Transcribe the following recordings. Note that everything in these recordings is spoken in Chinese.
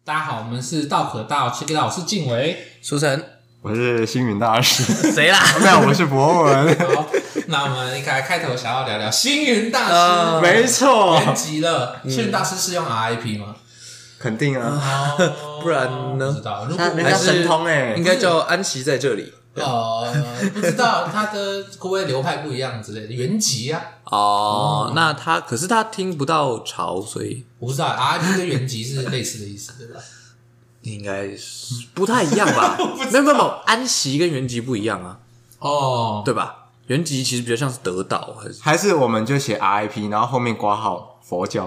大家好，我们是道可道，check it out，我是静伟， 书成， 我是星云大师。 谁啦？ 没有，我是博文。 好，那我们一开头想要聊聊星云大师， 没错， 原籍了。星云大师是用 RIP 吗？ 肯定啊， 不然呢？ 不知道，如果人家神通应该叫安琪在这里。 不知道他的会不会流派不一样之类的，原籍啊。 那可是他听不到潮，所以我不知道 RIP 跟原籍是类似的意思，对吧？ 应该是不太一样吧？没有，安息跟原籍不一样啊。对吧？原籍其实比较像是得道， 还是我们就写 RIP， 然后后面括号佛教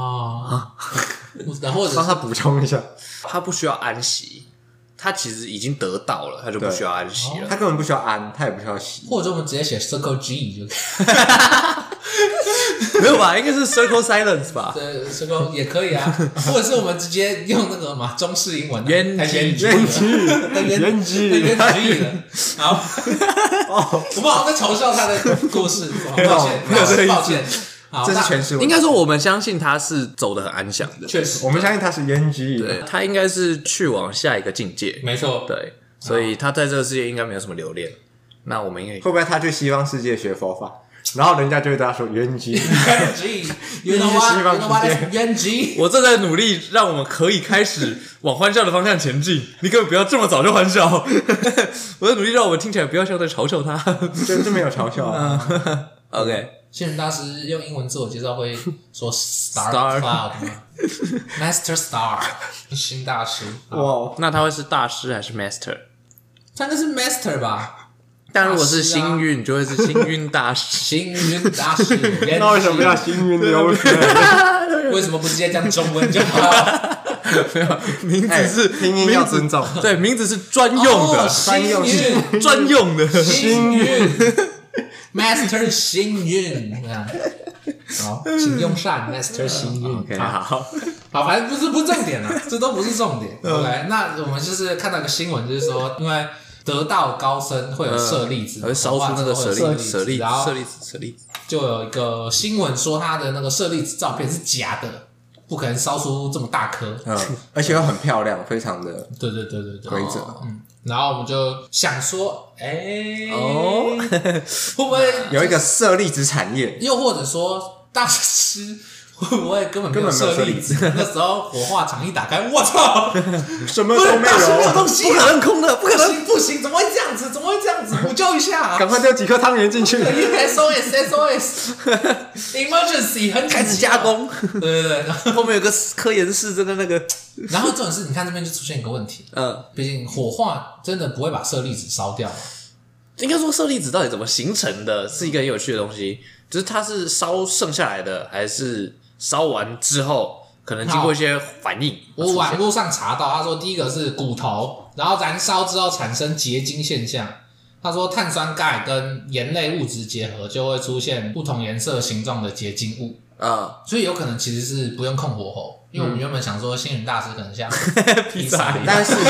然后帮他补充一下， 他不需要安息。他其实已经得到了，他就不需要安息了。 他根本不需要安，他也不需要息。 或者我们直接写 Circle G 就可以。没有吧？应该是 Circle Silence 吧？ 对 ，Circle 也可以啊。或者是我们直接用那个嘛中式英文， 原籍了。 好，我们好像在嘲笑他的故事，抱歉。 这是全是应该说，我们相信他是走得很安详的。 确实， 我们相信他是原籍， 对，他应该是去往下一个境界。 没错， 对，所以他在这个世界应该没有什么留恋。那我们应该会不会他去西方世界学佛法，然后人家就会对他说原籍， 西方世界原籍。 我正在努力，让我们可以开始往欢笑的方向前进。你根本不要这么早就欢笑。我在努力让我们听起来不要像在嘲笑他。 这没有嘲笑啊。 OK。 星云大师用英文自我介绍会说 Star Cloud 吗？Master Star， 星大师。 哇， 那他会是大师还是 Master？ 他应该是 Master 吧？ 但如果是幸运，就会是幸运大师。 幸运大师， 那为什么要幸运流水？ 为什么不直接讲中文就好？ 没有，名字是拼音要尊重， 对，名字是专用的，专用的幸运。Master 幸运，好，请用善 Master 幸运。 OK， 好， 反正不是重点了，这都不是重点。OK， 那我们就是看到一个新闻，就是说，因为得道高僧会有舍利子， 会烧出那个舍利子， 就有一个新闻说他的那个舍利子照片是假的，不可能烧出这么大颗， 而且又很漂亮，非常的对规则。 然后我们就想说，会不会有一个舍利子产业？ 又或者说大师会不会根本没有舍利子？那时候火化场一打开，我操， 什么都没有， 东西不可能空的，不行，怎么会这样子？补救一下， 赶快丢几颗汤圆进去。 SOS Emergency， 很开始加工。 对，然后后面有个科研室，真的那个。 然后这种事，你看这边就出现一个问题，毕竟火化真的不会把舍利子烧掉。 应该说舍利子到底怎么形成的，是一个很有趣的东西。就是它是烧剩下来的，还是烧完之后可能经过一些反应？ 我网络上查到，他说第一个是骨头，然后燃烧之后产生结晶现象。他说碳酸钙跟盐类物质结合，就会出现不同颜色形状的结晶物。所以有可能其实是不用控火候，因为我们原本想说星云大师可能像披萨， 但是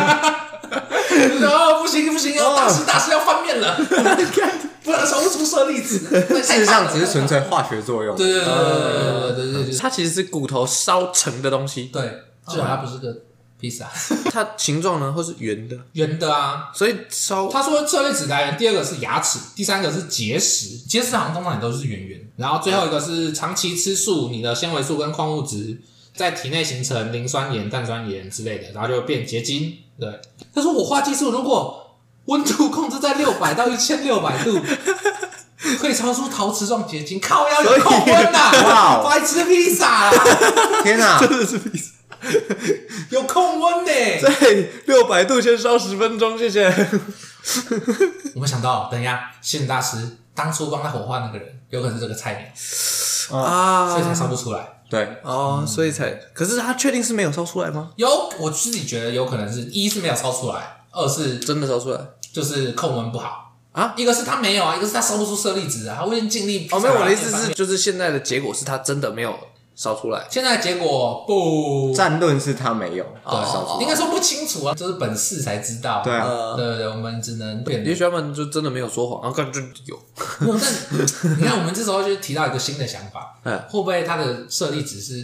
不行，大师要翻面了，不然烧不出舍利子。 事实上只是纯粹化学作用。 对， 它其实是骨头烧成的东西。 对，至少它不是个披萨。 它形状呢，会是圆的啊， 所以烧。 他说舍利子来源，第二个是牙齿，第三个是结石，结石好像通常也都是圆，然后最后一个是长期吃素，你的纤维素跟矿物质在体内形成磷酸盐、碳酸盐之类的，然后就变结晶。对，他说火化技术如果温度控制在600到1600度，可以烧出陶瓷状结晶。靠，要有控温呐！白吃披萨啦！ 天哪， 真的是披萨。 有控温在 600度先烧10分钟，谢谢。 我没想到，等一下，星云大师当初帮他火化那个人，有可能是这个菜鸟所以才烧不出来。 对所以才。可是他确定是没有烧出来吗？ 我自己觉得有可能是一是没有烧出来，二是真的烧出来， 就是控温不好一个是他没有一个是他烧不出舍利子他会尽力。 没有，我的意思是，就是现在的结果是他真的没有烧出来。 现在结果不战论是他没有烧出来，应该说不清楚这是本事才知道。 对对，我们只能也许他们就真的没有说谎，感觉有。 但你看，我们这时候就提到一个新的想法，会不会他的舍利子是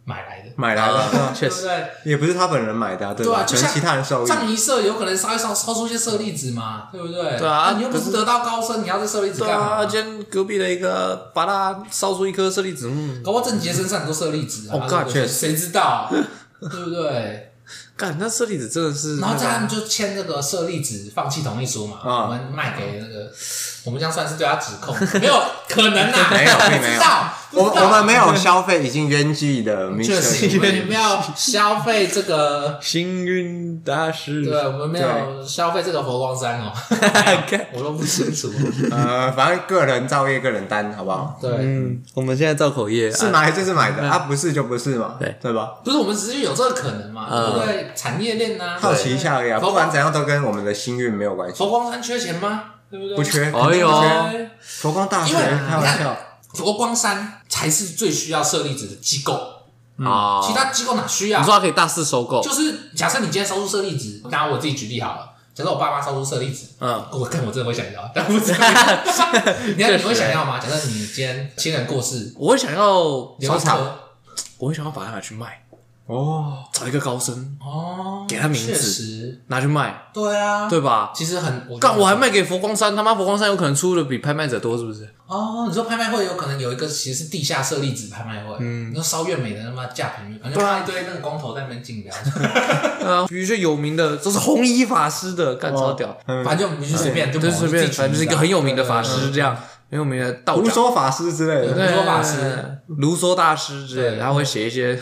买来的。 买来的，对啊确实， 对不对？ 也不是他本人买的，对吧？ 对啊，就像可能其他人受益。 葬仪社有可能烧出一些舍利子嘛，对不对？ 对啊你又不是得道高僧，你要这舍利子对干嘛？ 啊，今天隔壁的一个把它烧出一颗舍利子， 搞不好郑杰身上很多舍利子啊， 哦干对不对谁知道？对不对？ 干那舍利子真的是， 然后他们就签那个舍利子放弃同意书嘛，我们卖给那个，我们这样算是对他指控，没有可能啊， 没有并没有我们没有消费已经冤屈的米确实，我们没有消费这个幸运大师， 对，我们没有消费这个佛光山哦，我都不清楚。 反正个人造业，个人担，好不好？ 对， 我们现在造口业是买就是买的，不是就不是嘛，对吧？ 不是我们只是有这个可能嘛，对不对？产业链啊， 好奇一下而已啊，不管怎样都跟我们的幸运没有关系。 佛光山缺钱吗？对不对？ 不缺， 哎呦， 佛光大学， 因为开玩笑。 佛光山才是最需要舍利子的机构， 啊， 其他机构哪需要？ 你说它可以大肆收购， 就是假设你今天烧出舍利子，拿我自己举例好了。假设我爸妈烧出舍利子，我真的会想要，但不知道你会想要吗？假设你今天亲人过世， 我会想要收藏， 我会想要把它拿去卖。找一个高僧给他名字，拿去卖， 对啊， 对吧？ 其实我还卖给佛光山，他妈佛光山有可能出的比拍卖者多，是不是？ 哦，你说拍卖会有可能有一个其实是地下舍利子拍卖会，你说烧越美的他妈价平，反正看一堆那个光头在那边竞标， 比如说有名的都是红衣法师的，干超屌， 反正我们就随便就随便，反正就是一个很有名的法师这样。很有名的道长， 卢梭法师之类的， 卢梭法师、 卢梭大师之类的，他会写一些，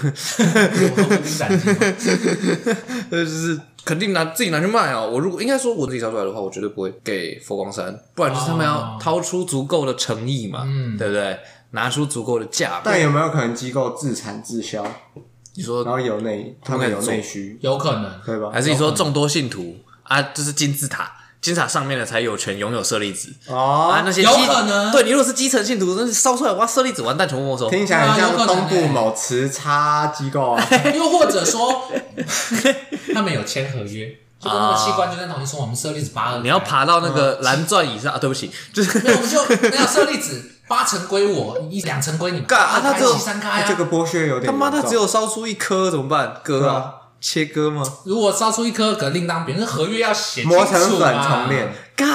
就是肯定自己拿去卖哦。我如果应该说我自己烧出来的话，我绝对不会给佛光山，不然就是他们要掏出足够的诚意嘛，对不对？拿出足够的价格。 但有没有可能机构自产自销？ 你说， 然后他们有内需， 有可能， 对吧？ 还是你说众多信徒啊，就是金字塔。金字塔上面的才有权拥有舍利子那些有可能对你如果是基层信徒，那烧出来哇舍利子完蛋，全部没收。 听起来很像东部某慈差机构啊， 又或者说他们有签合约，就跟那个器官就在同意说我们舍利子82， 你要爬到那个蓝钻以上对不起，就是没有，我们就没有舍利子8成归我，2成归你们， 他只有 3开这个剥削有点， 他妈他只有烧出1颗怎么办？割啊。切割吗？ 如果烧出1颗，可能另当别论。合约要写清楚磨成粉重练。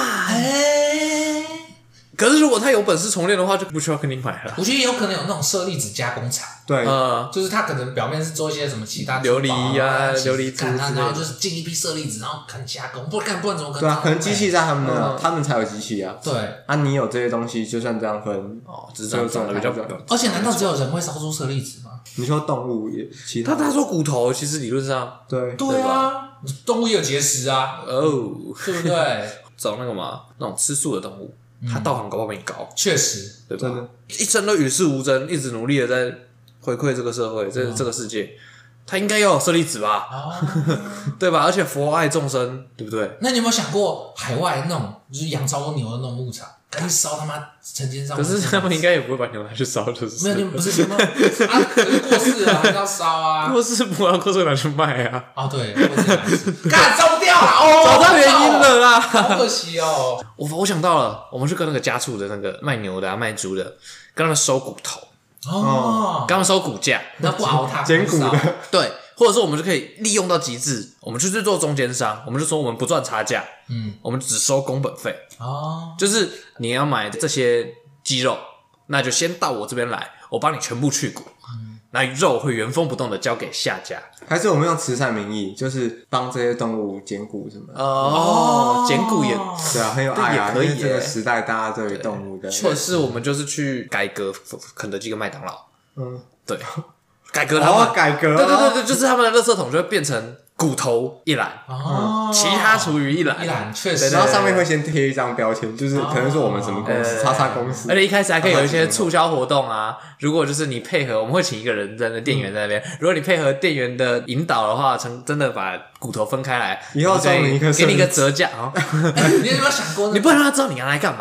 可是如果他有本事重练的话，就不需要跟你买了。 我觉得也有可能有那种舍利子加工厂， 对， 就是他可能表面是做一些什么其他琉璃琉璃珠， 然后就是进一批舍利子，然后可能加工，不然怎么可能？ 对啊，可能机器在他们那，他们才有机器啊。 对你有这些东西，就算这样分只是这样长得比较。 而且难道只有人会烧出舍利子吗？ 你说动物也，其他他说骨头，其实理论上对啊，动物也有结石啊，对不对？ 找那个嘛，那种吃素的动物。他道行搞不好比你高， 确实， 对吧？一生都与世无争，一直努力的在回馈这个社会，这个世界，他应该要有舍利子吧？对吧？而且佛爱众生，对不对？ 那你有没有想过海外那种就是养超多牛的那种牧场，赶紧烧他妈成千上万？ 可是他们应该也不会把牛拿去烧，就是没有，不是过世了还是要烧啊？ 过世不要过世拿去卖啊？ 对，干烧不掉了找到原因了啦， 好可惜哦。 我想到了，我们去跟那个家畜的那个卖牛的卖猪的，跟他们收骨头跟他们收骨架， 那不熬它捡骨的， 对。或者说我们就可以利用到极致，我们去做中间商，我们就说我们不赚差价，我们只收工本费，就是你要买这些鸡肉，那就先到我这边来，我帮你全部去骨，那肉会原封不动的交给下家。 还是我们用慈善名义，就是帮这些动物捡骨什么的。 捡骨也对啊，很有爱啊， 也可以。 因为这个时代大家对于动物的， 或者是我们就是去改革肯德基跟麦当劳，对。改革他们， 改革， 对，就是他们的垃圾桶就会变成骨头一栏，其他厨余一栏， 确实， 然后上面会先贴一张标签，就是可能是我们什么公司，叉叉公司， 而且一开始还可以有一些促销活动啊。如果就是你配合，我们会请一个人在那店员在那边，如果你配合店员的引导的话，真的把骨头分开来， 以后送你一个， 给你一个折价你有没有想过？ 你不能让他知道你拿来干嘛。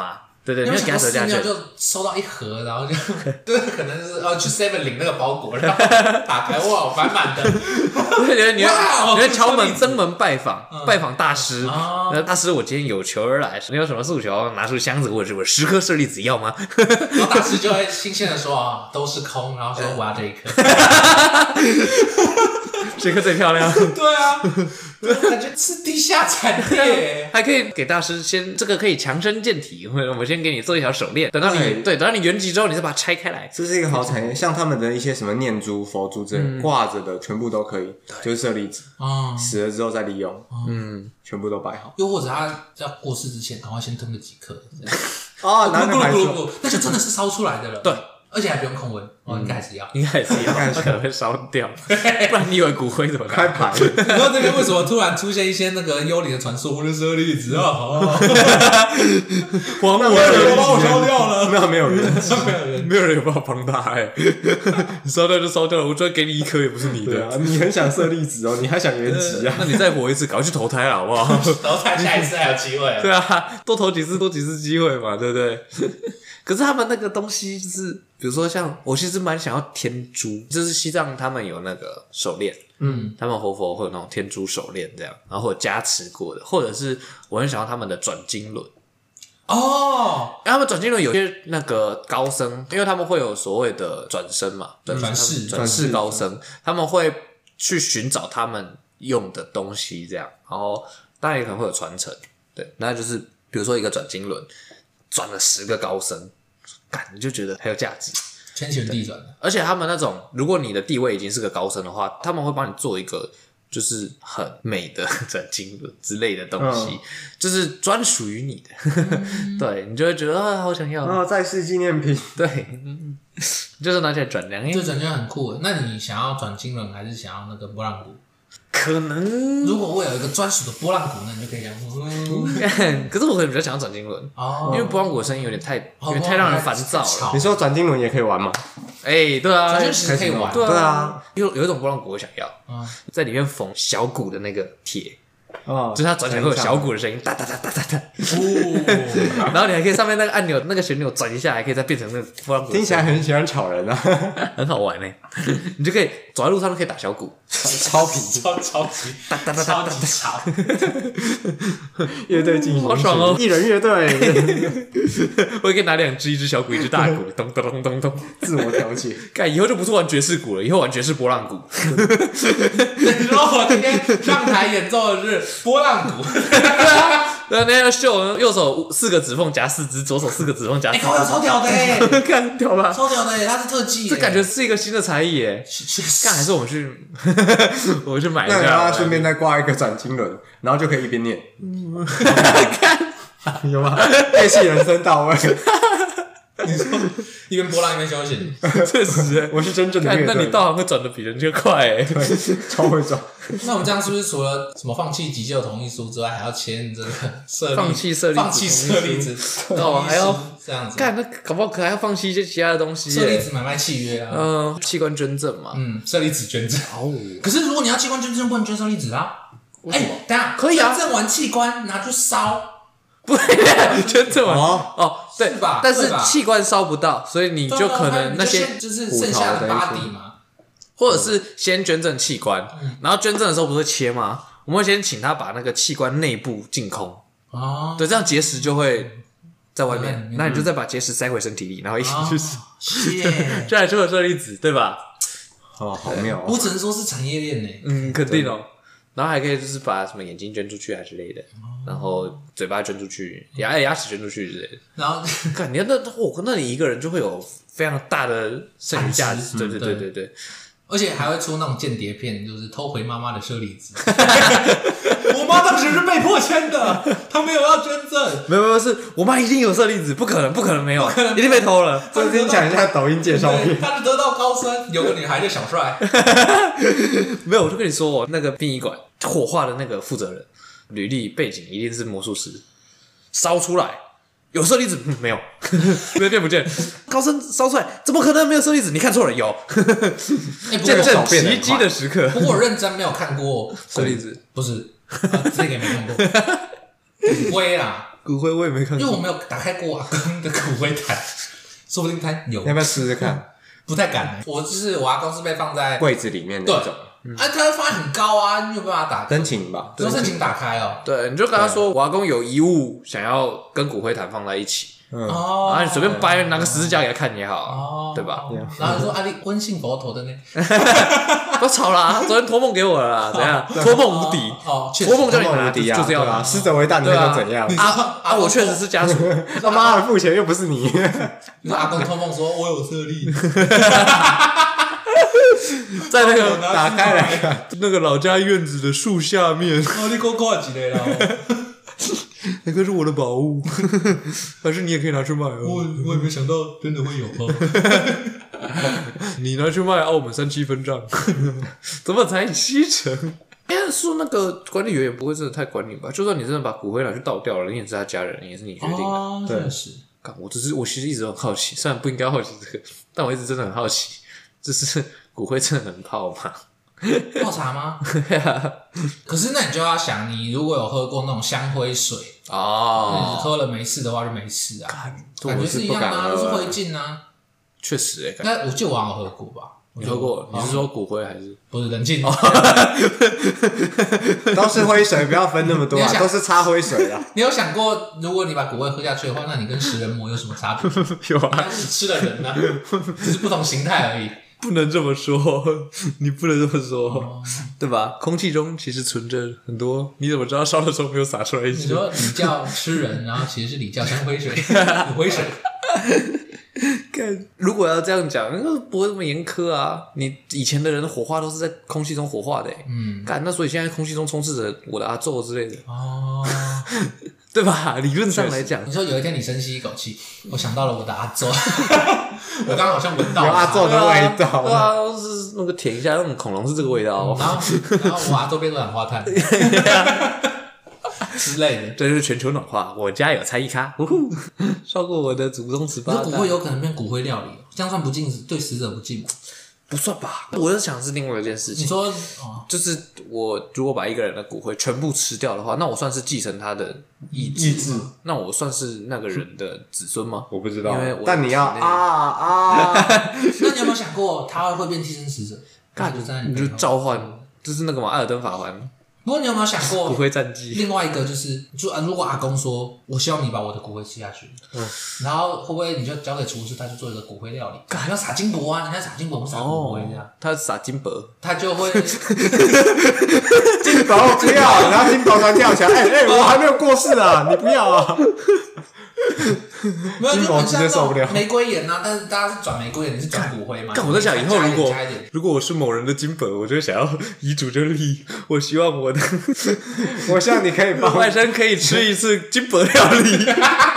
对，你要给他折价券， 就收到一盒，然后就对，可能就是去 Seven 领那个包裹，然后打开哇，满满的。 你会敲门登门拜访大师，那大师我今天有求而来，你有什么诉求？拿出箱子或者是我10颗舍利子要吗？ 然后大师就会新鲜的说都是空，然后说我要这一颗。 这颗最漂亮。 对啊，感觉是地下产业， 还可以给大师这个可以强身健体，我们先给你做一条手链，等到你圆寂之后，你再把它拆开来。 这是一个好产业，像他们的一些什么念珠、佛珠之类挂着的，全部都可以，就是舍利子，死了之后再利用，全部都摆好。 又或者他要过世之前，赶快先吞个几颗， 拿那个那就真的是烧出来的了。 对。 而且还不用控温，应该还是要， 它可能会烧掉，不然你以为骨灰怎么开牌？ 你知道这边为什么突然出现一些那个幽灵的传说？我的舍利子啊， 黄我人把我烧掉了， 那没有人， 没有人有办法帮他你烧掉就烧掉了，我就给你1颗也不是你的。 你很想舍利子哦，你还想原籍啊？ 那你再活一次，赶快去投胎了好不好？ 投胎下一次还有机会。 对啊，多投几次多几次机会嘛，对不对？可是他们那个东西就是，比如说像我其实蛮想要天珠，就是西藏他们有那个手链，他们活佛会有那种天珠手链这样，然后有加持过的，或者是我很想要他们的转经轮。他们转经轮有些那个高僧，因为他们会有所谓的转生嘛，转世高僧，他们会去寻找他们用的东西这样，然后当然也可能会有传承，对，那就是比如说一个转经轮。转了10个高僧，你就觉得很有价值， 天旋地转的。 而且他们那种，如果你的地位已经是个高僧的话，他们会帮你做一个就是很美的转经轮之类的东西，就是专属于你的。对，你就会觉得好想要在世纪念品。 对，就是拿起来转亮， 这转就很酷。那你想要转经轮，还是想要那个波浪鼓？ 可能如果我有一个专属的波浪鼓，那你就可以这样。 可是我可能比较想要转经轮因为波浪鼓的声音有点太让人烦躁了。 你说转经轮也可以玩吗？ 对啊， 转经轮可以玩。 对啊，有一种波浪鼓我想要，在里面缝小鼓的那个铁。就是它转起来会有小鼓的声音，哒哒哒哒哒哒。然后你还可以上面那个按钮，那个旋钮转一下，还可以再变成那个波浪鼓。 听起来很喜欢吵人啊， 很好玩你就可以走在路上都可以打小鼓， 超级哒哒哒哒哒吵。 乐队进行曲， 好爽哦！ 艺人乐队， 我也可以拿1只小鼓，1只大鼓，咚咚咚咚咚， 自我调节。 以后就不是玩爵士鼓了，以后玩爵士波浪鼓。 你说我今天上台演奏的是波浪鼓， 对，那要秀，右手4个指缝夹4只，左手4个指缝夹4只， 超屌的看屌吧， 超屌的它是特技， 这感觉是一个新的才艺还是我们去买一下， 那顺便再挂一个转经轮，然后就可以一边念，有吗？配戏人生到位。 你说一边波浪一边休息， 确实， 我是真正的乐队。 那你道行会转的比人家快超会转。 那我们这样是不是除了什么放弃急救同意书之外，还要签这个放弃舍利子， 还要这样子？ 那搞不好还要放弃一些其他的东西。 舍利子买卖契约啊， 器官捐赠嘛， 舍利子捐赠。可是如果你要器官捐赠，不能捐舍利子啊。等一下可以啊， 捐赠完器官拿去烧。 不对，捐赠完对吧？ 但是器官烧不到，所以你就可能那些就是剩下的body嘛， 或者是先捐赠器官，然后捐赠的时候不是切吗？我们会先请他把那个器官内部净空对，这样结石就会在外面，那你就再把结石塞回身体里，然后一起去死，这还出了舍利子，对吧？ 好妙！ 我只能说是产业链呢， 肯定然后还可以就是把什么眼睛捐出去啊之类的，然后嘴巴捐出去，牙齿捐出去之类的。 然后看你那你一个人就会有非常大的剩余价值，对。 而且还会出那种间谍片，就是偷回妈妈的舍利子。我妈当时是被迫签的，她没有要捐赠。 没有，是我妈一定有舍利子，不可能没有，一定被偷了。 这跟你讲一下抖音介绍片。 她是得道高僧，有个女孩叫小帅。 没有，我就跟你说，那个殡仪馆火化的那个负责人，履历背景一定是魔术师，烧出来。有舍利子没有，没变不见。高僧烧出来，怎么可能没有舍利子？你看错了，有。见证奇迹的时刻。 不过我认真没有看过舍利子， 不是，这个也没看过。骨灰啦， 骨灰我也没看过， 因为我没有打开过阿公的骨灰坛，说不定他有。 要不要试试看？ 不太敢。我阿公是被放在柜子里面那种。 他会放在很高啊，你有办法打开？ 申请吧， 说申请打开哦。 对，你就跟他说，我阿公有遗物想要跟骨灰坛放在一起。然后你随便掰拿个十字架给他看也好，对吧？ 然后说你温信佛陀的呢？ 不吵啦，昨天托梦给我了啦，怎样？托梦无敌托梦叫你拿就是要拿， 死者为大，你会怎样？ 我确实是家属， 他妈的付钱又不是你。 你说阿公托梦说我有舍利。 在那个打开来看，那个老家院子的树下面。 你给我看几个啦？ 那个是我的宝物，还是你也可以拿去卖哦？ 我也没想到真的会有哦。 你拿去卖，我们3-7分账，怎么才7成？说那个管理员也不会真的太管你吧？就算你真的把骨灰拿去倒掉了，你也是他家人，也是你决定的。 对，是。 我其实一直很好奇，虽然不应该好奇这个，但我一直真的很好奇，就是骨灰真的能泡吗？ 泡茶吗？可是那你就要想，你如果有喝过那种香灰水你喝了没事的话就没事啊，感觉是一样啊，都是灰烬啊。 确实那我记得我好像有喝过吧？ 你喝过？你是说骨灰还是？ 不是冷静， 都是灰水，不要分那么多啊，都是擦灰水啊。 你有想过，如果你把骨灰喝下去的话，那你跟食人魔有什么差别？ 有啊， 只吃了人啊，只是不同形态而已。 不能这么说，你不能这么说，对吧？空气中其实存着很多，你怎么知道烧的时候没有洒出来一些？ 你说礼教吃人，然后其实是礼教香灰水、骨灰水。 如果要这样讲，那不会这么严苛啊！你以前的人火化都是在空气中火化的，那所以现在空气中充斥着我的阿宙之类的对吧？理论上来讲， 你说有一天你深吸一口气，我想到了我的阿宙，我刚刚好像闻到有阿宙的味道， 对啊，是那个舔一下，那种恐龙是这个味道， 然后我阿宙变成二氧化碳之类的， 这就是全球暖化。我家有菜一咖，烧过我的祖宗18代。 骨灰有可能变骨灰料理，这样算不敬，对死者不敬吗？ 不算吧，我在想是另外一件事情。 你说， 就是我如果把一个人的骨灰全部吃掉的话，那我算是继承他的意志，那我算是那个人的子孙吗？ 我不知道， 因为但你要那你有没有想过他会变替身使者？ 你就召唤，就是那个嘛，艾尔登法环。 不过你有没有想过骨灰战记？ 另外一个就是，如果阿公说我希望你把我的骨灰吃下去，然后会不会你就交给厨师，他就做一个骨灰料理？你要撒金箔啊，你看撒金箔不撒骨灰这样， 他撒金箔， 他就会金箔不要，然后金箔团跳起来，我还没有过世啊，你不要啊。 没有， 金箔直接受不了。 玫瑰盐啊，但是大家是转玫瑰盐，你是转骨灰嘛？ 但我在想，以后如果我是某人的金箔，我就想要遗嘱就立，我希望我希望你可以帮外甥可以吃一次金箔料理。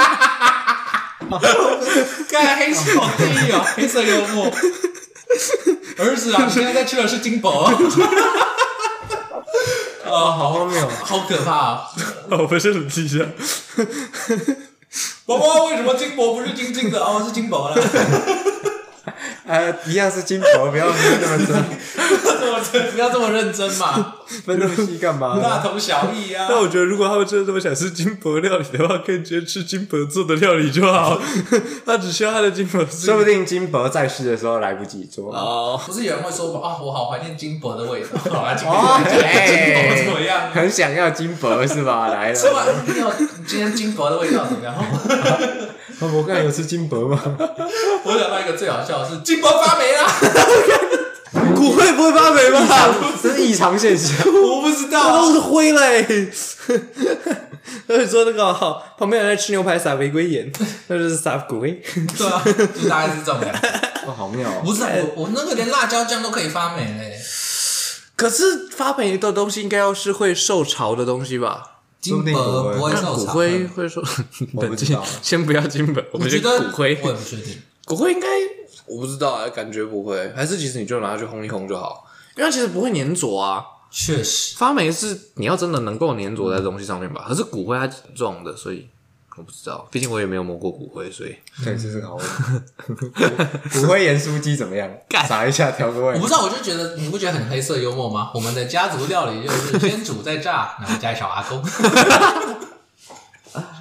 干黑色好定义哦，黑色幽默。儿子啊，你现在在吃的是金箔。 好荒谬， 好可怕啊！ 我们先冷静一下。 宝宝，为什么金箔不是金金的？是金箔了。 一样是金箔，不要那么真， 不要这么认真嘛， 分那么细干嘛？ 大同小异啊。 但我觉得，如果他们真的这么想吃金箔料理的话，可以直接吃金箔做的料理就好。他只需要他的金箔， 说不定金箔在世的时候来不及做。 不是有人会说我好怀念金箔的味道。金箔怎么样？ 很想要金箔是吧？来了。 吃完今天金箔的味道怎么样？ 我刚才有吃金箔吗？ 我想到一个最好笑的是金箔发霉啦。 骨灰不会发霉吗？ 这是异常现象。 我不知道， 都是灰嘞。所以说那个旁边人在吃牛排撒玫瑰盐，那就是撒骨灰。 对啊，就大概是这种感觉。 好妙哦！ 不是我那个连辣椒酱都可以发霉嘞。 可是发霉的东西应该要是会受潮的东西吧？ 金箔不会受潮， 骨灰会受。 我不知道， 先不要金箔，我们觉得骨灰， 我也不确定。 骨灰应该我不知道感觉不会，还是其实你就拿去烘一烘就好，因为它其实不会粘着啊。 确实， 发霉是你要真的能够粘着在东西上面吧？可是骨灰它撞的，所以我不知道，毕竟我也没有摸过骨灰，所以对，这是个好问题。骨灰盐酥鸡怎么样？撒一下调个味。 我不知道，我就觉得你不觉得很黑色幽默吗？我们的家族料理就是先煮再炸，然后加小阿公。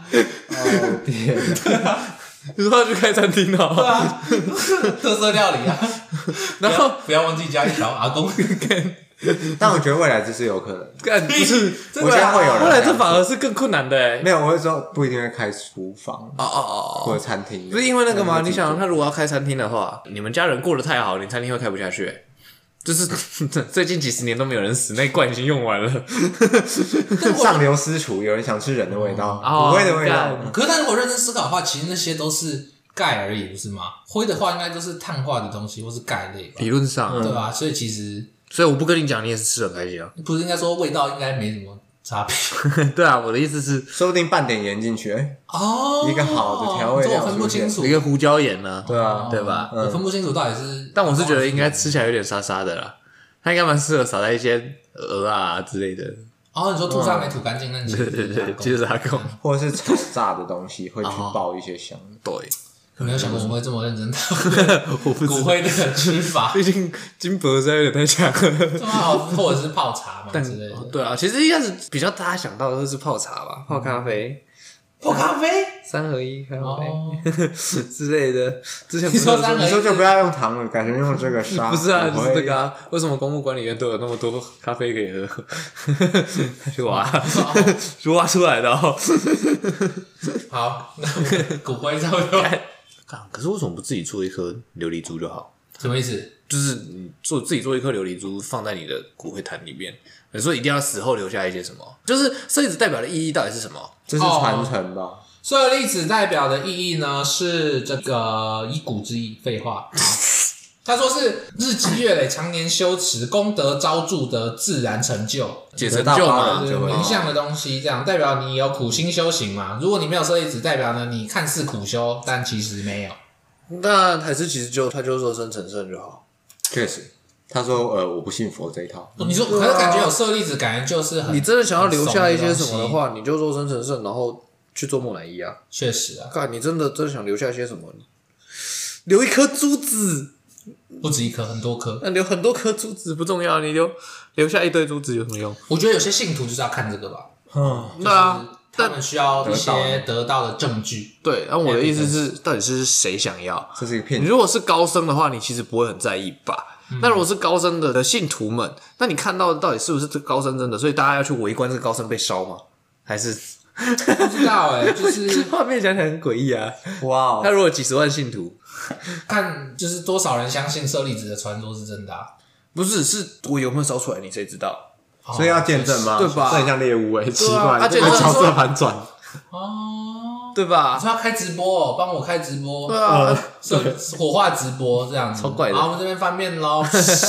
哦天哪！ 你说他去开餐厅哦？ 对啊，特色料理啊， 然后不要忘记加一条阿公。 但我觉得未来这是有可能， 干不是， 我觉得会有人。 后来这反而是更困难的哎。 没有，我是说不一定会开厨房哦或者餐厅， 不是因为那个吗？你想，他如果要开餐厅的话，你们家人过得太好，你餐厅会开不下去。就是最近几十年都没有人死，那一罐已经用完了。 上流私厨，有人想吃人的味道，骨灰的味道。 可是，但如果认真思考的话，其实那些都是钙而已，不是吗？灰的话，应该都是碳化的东西，或是钙类吧？ 理论上， 对吧？所以其实， 所以我不跟你讲，你也是吃得很开心啊。 不是应该说味道应该没什么差别？ 对啊，我的意思是， 说不定拌点盐进去， 哦， 一个好的调味料， 我分不清楚， 一个胡椒盐呢， 对啊， 对吧？ 我分不清楚到底是， 但我是觉得应该吃起来有点沙沙的啦，它应该蛮适合撒在一些鹅啊之类的。 哦，你说吐沙没吐干净，那你对，其实是阿公， 或者是炒炸的东西会去爆一些香。 对， 没有想过我们会这么认真讨论骨灰的吃法， 毕竟金箔实在有点太强了。 或者是泡茶嘛之类的。 对啊，其实一开始比较大家想到的是泡茶吧，泡咖啡。 泡咖啡 3合1咖啡之类的，之前不是你说就不要用糖了，改成用这个沙。 不是啊，就是这个啊。为什么公墓管理员都有那么多咖啡可以喝？去挖出来的哦。 好，那骨灰差不多。 可是为什么不自己做一颗琉璃珠就好？ 什么意思？ 就是你自己做一颗琉璃珠放在你的骨灰坛里面。你说一定要死后留下一些什么？就是舍利子代表的意义到底是什么？ 这是传承吧。 舍利子代表的意义呢是这个以骨之意。废话，他说是日积月累、常年修持、功德昭著的自然成就、 解成就嘛， 名相的东西，这样代表你有苦心修行嘛。如果你没有舍利子，代表呢你看似苦修，但其实没有。 那还是其实他就说生成圣就好。 确实。他说：“我不信佛这一套。” 你说，可是感觉有舍利子，感觉就是很。 你真的想要留下一些什么的话，你就做生成圣，然后去做木乃伊啊。 确实啊， 看你真的想留下一些什么？留一颗珠子， 不止一颗，很多颗。 那留很多颗珠子不重要，你留下一堆珠子有什么用？ 我觉得有些信徒就是要看这个吧。 对啊， 他们需要一些得到的证据。 对，那我的意思是，到底是谁想要？ 这是一个骗子。 你如果是高僧的话，你其实不会很在意吧？那如果是高僧的信徒们，那你看到的到底是不是这个高僧真的？所以大家要去围观这个高僧被烧吗？还是不知道就是画面想起来很诡异啊！ 哇， 他如果几十万信徒， 看就是多少人相信舍利子的传说是真的啊？ 不是，是我有没有烧出来，你谁知道？ 所以要见证吗？ 对吧？ 这很像猎物奇怪， 这个角色反转对吧？ 你说要开直播帮我开直播， 对啊， 火化直播这样子， 超怪的。 好，我们这边翻面喽。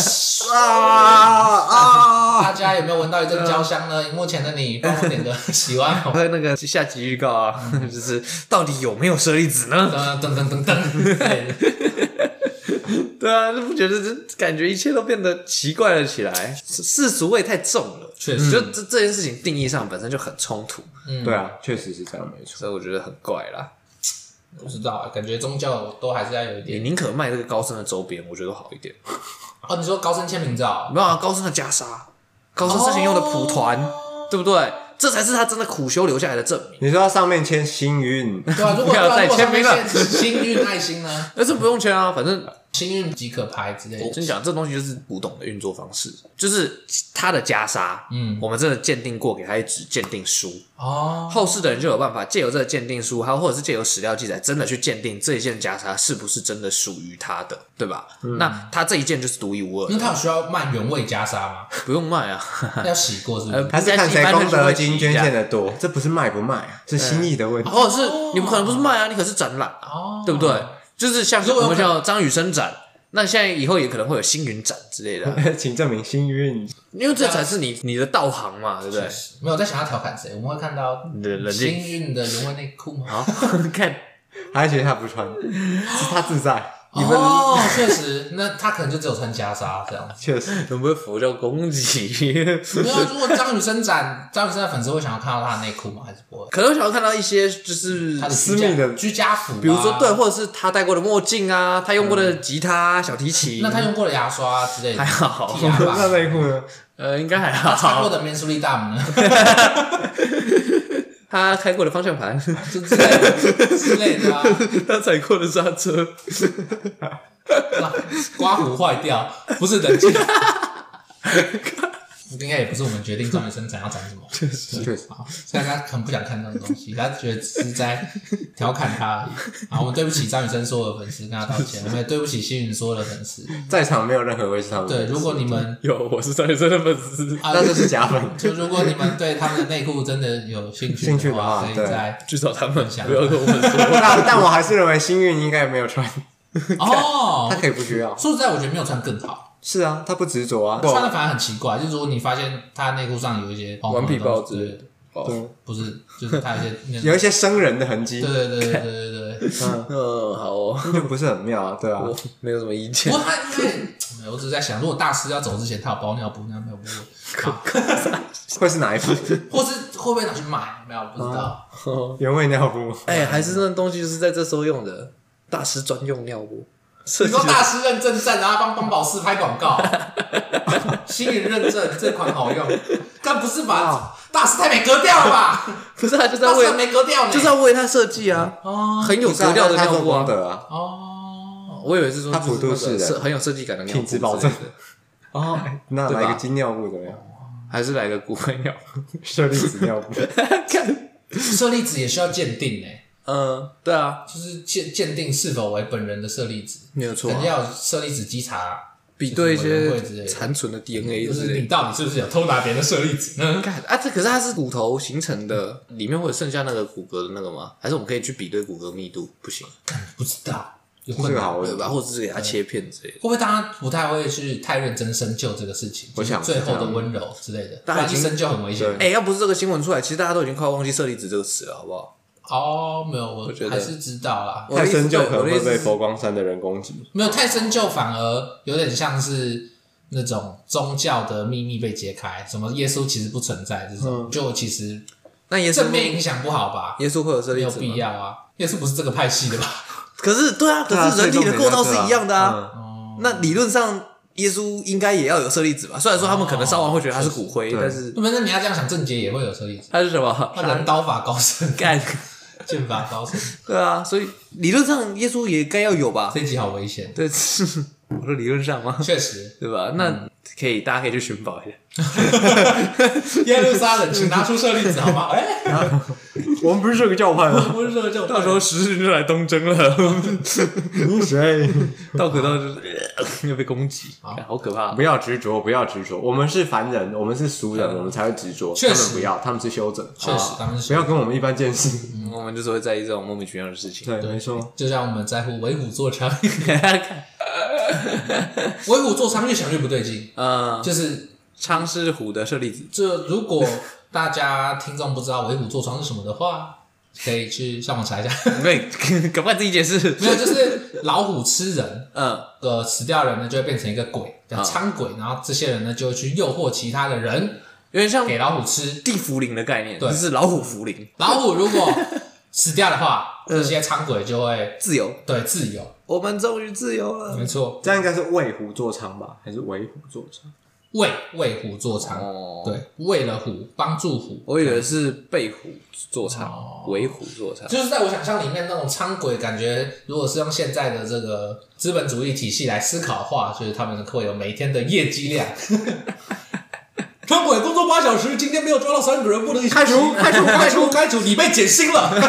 啊！ 大家有没有闻到一阵焦香呢？荧幕前的你，帮我点个喜欢。 那个下集预告啊，就是到底有没有舍利子呢？ 噔噔噔噔。 对啊，就不觉得这感觉一切都变得奇怪了起来，世俗味太重了。 确实， 就这件事情定义上本身就很冲突。 对啊，确实是这样，没错。 所以我觉得很怪啦。 不知道，感觉宗教都还是要有一点。 你宁可卖这个高僧的周边，我觉得好一点。 哦，你说高僧签名照？ 没有啊，高僧的袈裟，高僧之前用的蒲团，对不对？这才是他真的苦修留下来的证明。 你说上面签星运， 对啊，如果再签名了， 星运爱心呢？ 但是不用签啊，反正星运即可拍之类的。 我跟你讲，这东西就是古董的运作方式，就是他的袈裟，我们真的鉴定过，给他一纸鉴定书。 哦， 后世的人就有办法借由这个鉴定书，还有或者是借由史料记载，真的去鉴定这一件袈裟是不是真的属于他的，对吧？那他这一件就是独一无二。 那他有需要卖原味袈裟吗？ 不用卖啊， 要洗过是不是？ 还是看谁功德金捐献的多，这不是卖不卖啊，是心意的问题。 或者是你不可能不是卖啊，你可是展览啊，对不对？就是像我们叫张雨生展。那现在以后也可能会有星云展之类的， 请证明星运， 因为这才是你的道行嘛，对不对？ 没有在想要调侃谁，我们会看到星运的原味内裤吗？ 好，看， 还觉得他不穿，是他自在。 哦，确实，那他可能就只有穿袈裟这样。 确实， 会不会佛教攻击？ 没有，如果张雨生展，张雨生的粉丝会想要看到他的内裤吗？还是不会？ 可能想要看到一些就是他的私密的居家服， 比如说对，或者是他戴过的墨镜啊，他用过的吉他、小提琴， 那他用过的牙刷之类的， 还好。 那内裤呢？ 应该还好。 他擦过的面苏利大姆呢？ 他开过的方向盘， 之类的啊， 他踩过的刹车， 刮胡坏掉，不是人家。应该也不是我们决定少女生长要长什么， 确实。 好，虽然他很不想看这种东西，他觉得只是在调侃他而已。好，我们对不起张雨生所有的粉丝，跟他道歉。我们也对不起星云所有的粉丝， 在场没有任何位是他们的粉丝。 对，如果你们我是张雨生的粉丝， 那就是假粉。 就如果你们对他们的内裤真的有兴趣的话，可以再去找他们， 想不要跟我们说。 但我还是认为星运应该没有穿。 哦， 他可以不需要。 说实在，我觉得没有穿更好。 是啊，他不执着啊， 穿的反而很奇怪。就是如果你发现他内裤上有一些顽皮包之类的， 不是，就是他有一些生人的痕迹。 对， 好哦， 那就不是很妙啊，对啊， 我没有什么意见。 不过他因为我只是在想，如果大师要走之前，他有包尿布，那没有布， 会是哪一部？ 或是会不会拿去卖？没有，不知道。 原味尿布？ 还是那东西就是在这时候用的，大师专用尿布。 你说大师认证证，然后帮宝适拍广告，星云认证这款好用，但不是吧？大师太没格调了吧？ 不是，他就是要为没格调呢， 就是要为他设计啊，很有格调的尿布啊。我以为是说他普渡式的， 很有设计感的尿布， 品质保证。那来个金尿布怎么样？ 还是来个骨灰尿、 舍利子尿布？ 舍利子也需要鉴定诶。 对啊， 就是鉴定是否为本人的舍利子， 没有错， 肯定要有舍利子稽查， 比对一些残存的 DNA 之类的。 就是你到底是不是有偷拿别人的舍利子呢？ 这可是它是骨头形成的，里面会有剩下那个骨骼的那个吗？还是我们可以去比对骨骼密度？不行， 不知道，有这个好问吧？或者是给它切片之类的。 会不会大家不太会去太认真深究这个事情？ 我想最后的温柔之类的，大家一深究很危险。 要不是这个新闻出来，其实大家都已经快忘记舍利子这个词了，好不好？ 没有，我还是知道啦。 太深究可能会被佛光山的人攻击。 没有太深究，反而有点像是那种宗教的秘密被揭开，什么耶稣其实不存在这种，就其实那耶稣正面影响不好吧？ 耶稣会有舍利子吗？ 没有必要啊，耶稣不是这个派系的吧？ 可是对啊，可是人体的构造是一样的啊。那理论上耶稣应该也要有舍利子吧？虽然说他们可能烧完会觉得他是骨灰，但是那你要这样想，正杰也会有舍利子。 他是什么？ 他人刀法高深， 干。 剑法高深， 对啊，所以理论上耶稣也该要有吧？ 这集好危险。 对，我说理论上吗？ 确实， 对吧？那大家可以去寻宝一下。 耶路撒冷，请拿出舍利子好吗？ 我们不是这个教派吗？ 不是这个教派。 到时候时日就来东征了。 你谁？ 道可道就是要被攻击，好可怕！ 不要执着，不要执着。我们是凡人，我们是俗人，我们才会执着。 确实， 他们不要，他们是修者。 确实，他们是不要跟我们一般见识。 我们就是会在意这种莫名其妙的事情。 对，没错。 就像我们在乎为虎作伥，为虎作伥越想越不对劲。就是伥是虎的舍利子。 这如果大家听众不知道为虎作伥是什么的话，可以去上网查一下。 对，赶快自己解释。 没有，就是老虎吃人，死掉的人呢就会变成一个鬼，叫伥鬼，然后这些人呢就会去诱惑其他的人， 有点像给老虎吃地茯苓的概念， 对， 就是老虎茯苓。 老虎如果死掉的话，这些伥鬼就会自由， 对，自由。 我们终于自由了。 没错， 这样应该是为虎作伥吧，还是为虎作伥？ 为虎作伥，对，为了虎，帮助虎。 我以为是被虎作伥，为虎作伥。 就是在我想象里面，那种伥鬼感觉，如果是用现在的这个资本主义体系来思考的话，就是他们会有每天的业绩量。伥鬼工作8小时，今天没有抓到3个人，不能开除， 你被减薪了。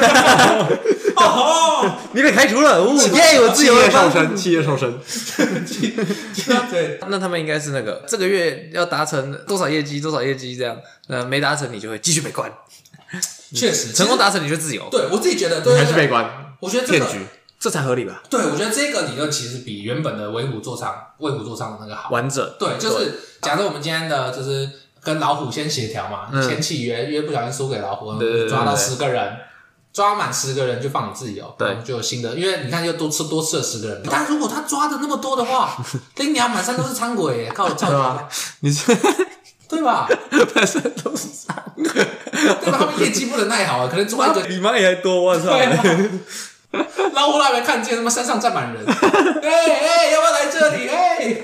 你被开除了，耶！我自由了， 企业瘦身。 对， 那他们应该是那个这个月要达成多少业绩这样，没达成你就会继续被关。 确实， 成功达成你就自由。 对我自己觉得，对， 还是被关。 我觉得骗局，这才合理吧？ 对，我觉得这个理论其实比原本的为虎作伥的那个好， 完整。 对，就是假设我们今天的就是跟老虎先协调嘛，签契约不小心输给老虎，抓到10个人。抓满10个人就放你自由，对，就有新的，因为你看又多吃了10个人。但如果他抓的那么多的话，林鸟满山都是伥鬼耶，靠操吧？ 你是对吧？ 满山都是伥鬼， 对吧？他们业绩不能太好了，可能抓一个比蚂蚁还多，我操！ 老虎还没看见，他妈山上站满人，要不要来这里？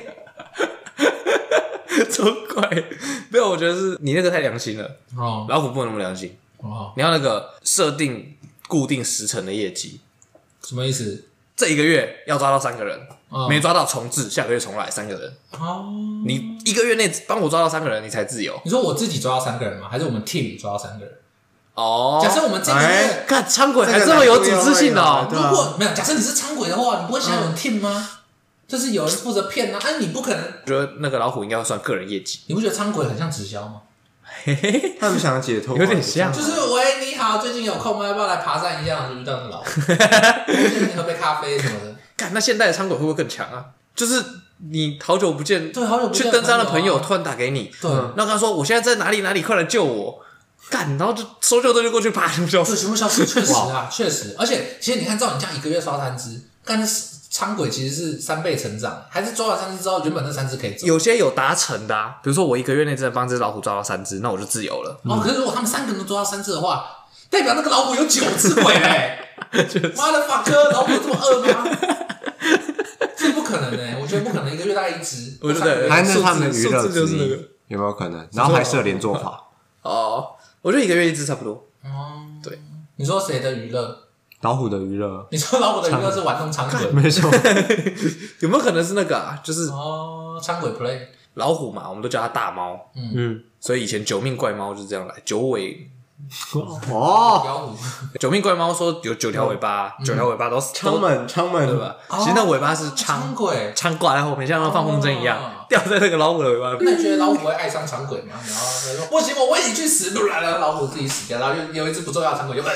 超怪！没有，我觉得是你那个太良心了。老虎不能那么良心。 你要那个设定固定时程的业绩。 什么意思？ 这一个月要抓到3个人，没抓到重置，下个月重来3个人。你1个月内帮我抓到3个人，你才自由。 你说我自己抓到3个人吗？还是我们 team 抓到3个人？ 假设我们这个月看仓鬼还这么有组织性哦。 如果没有，假设你是仓鬼的话，你不会想有人 team 吗？就是有人负责骗啊，你不可能。 我觉得那个老虎应该要算个人业绩。 你不觉得仓鬼很像直销吗？ 他们想解脱， 有点像。 就是喂，你好，最近有空吗？要不要来爬山一样？就遇到那个老虎，你喝杯咖啡什么的。 干，那现代的仓鬼会不会更强啊？就是你好久不见， 对，好久不见去登山的朋友突然打给你， 对， 然后跟他说我现在在哪里，快来救我。干，然后就搜救队就过去，啪，全部消失。 对，全部消失，确实啊，确实。而且，其实你看，照你这样1个月刷3只，干这仓鬼其实是3倍成长，还是抓完3只之后，原本那3只可以走。 有些有达成的比如说我1个月内真的帮这只老虎抓到3只，那我就自由了。 可是如果他们3个人都抓到3只的话，代表那个老虎有9只鬼嘞！妈的，fuck，老虎有这么饿吗？这不可能我觉得不可能1个月大概1只。 我觉得还是他们的娱乐就是那个有没有可能？然后还设连坐法。 我觉得1个月1只差不多。对。 你说谁的娱乐？ 老虎的娱乐。 你说老虎的娱乐是玩弄仓鬼？ 没错。 有没有可能是那个就是仓鬼 play 老虎嘛？我们都叫它大猫。所以以前9命怪猫就是这样来，9尾。9命怪猫说有9条尾巴，9条尾巴都是昌门， 对吧？其实那尾巴是仓鬼， 仓挂在后面，像那放风筝一样，吊在那个老虎的尾巴。 那你觉得老虎会爱上仓鬼吗？然后他说不行，我为你去死！老虎自己死掉，然后有一只不重要的仓鬼就。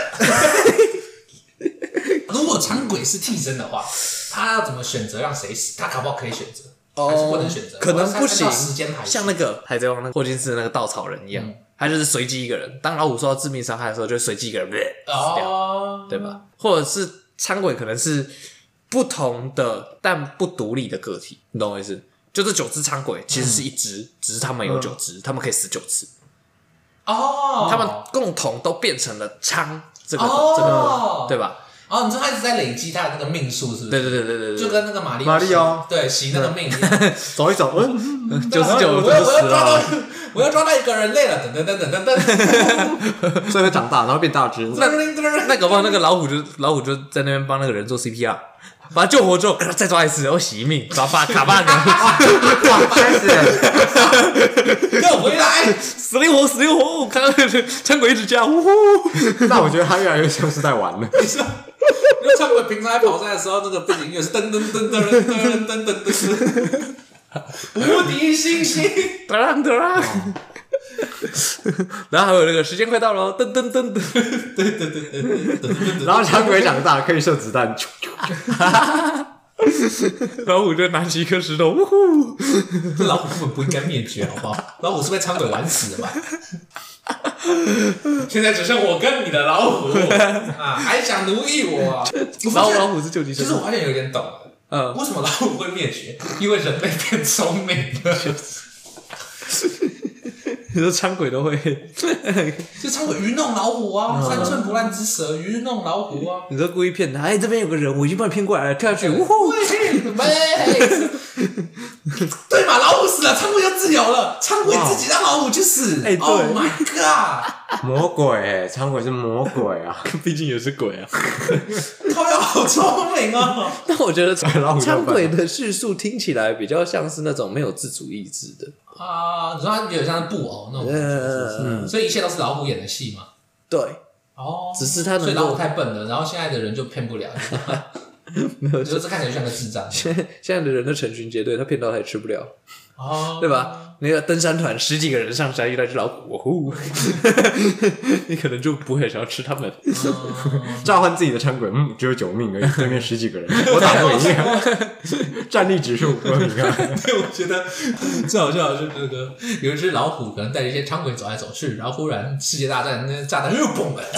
如果仓鬼是替身的话，他要怎么选择让谁死？他搞不好可以选择，还是不能选择？ 可能不行。像那个海贼王那个霍金斯那个稻草人一样。他就是随机1个人，当老虎受到致命伤害的时候，就随机1个人死掉，对吧？或者是仓鬼可能是不同的但不独立的个体，你懂我意思？就是9只仓鬼其实是1只，只是他们有9只，他们可以死9次。他们共同都变成了仓这个，对吧？ 你说他一直在累积他的那个命数，是不是？ 对， 就跟那个马里奥对洗那个命一样， 走一走 ，99 我要抓到1个人类了， 所以会长大，然后变大只。 那搞不好那个老虎就在那边帮那个人做 CPR， 把他救活之后，再抓1次，然后洗命，抓卡 bug， 给我回来， 死灵活，看到仓鬼一直叫， 那我觉得他越来越像是在玩了。 因为仓鬼平常在跑山的时候，那个背景音乐是噔噔噔噔噔噔噔噔，无敌星星， 然后还有那个时间快到了，噔噔噔噔， 对， 然后仓鬼长大可以射子弹， 老虎就拿起1颗石头， 这老虎根本不应该灭绝，好不好？老虎是被仓鬼玩死的吧？现在只剩我跟你的老虎还想奴役我？ 老虎是救济生。 其实我发现有点懂了，为什么老虎会灭绝？因为人类变聪明了。 你说仓鬼都会， 就仓鬼愚弄老虎啊，3寸不烂之舌愚弄老虎啊。 你说故意骗他，这边有个人，我已经把你骗过来了，跳下去，呜呼！ 对嘛，老虎死了，仓鬼就自由了，仓鬼自己让老虎去死。Oh my god！ 魔鬼仓鬼是魔鬼啊， 毕竟也是鬼啊。 靠腰好聪明哦。 但我觉得仓鬼的叙述听起来比较像是那种没有自主意志的。 你说他有点像是布偶那种感觉，所以一切都是老虎演的戏嘛？ 对，只是他所以老虎太笨了，然后现在的人就骗不了， 没有， 就是看起来像个智障。 现在的人都成群结队，他骗到他也吃不了，对吧？那个登山团10几个人上山，遇到一只老虎，你可能就不会想要吃他们。 召唤自己的仓鬼，只有9命而已，对面10几个人，我打不赢，战力指数不赢啊。 对，我觉得最好笑的是那个有一只老虎，可能带着一些仓鬼走来走去，然后忽然世界大战那炸弹又蹦了，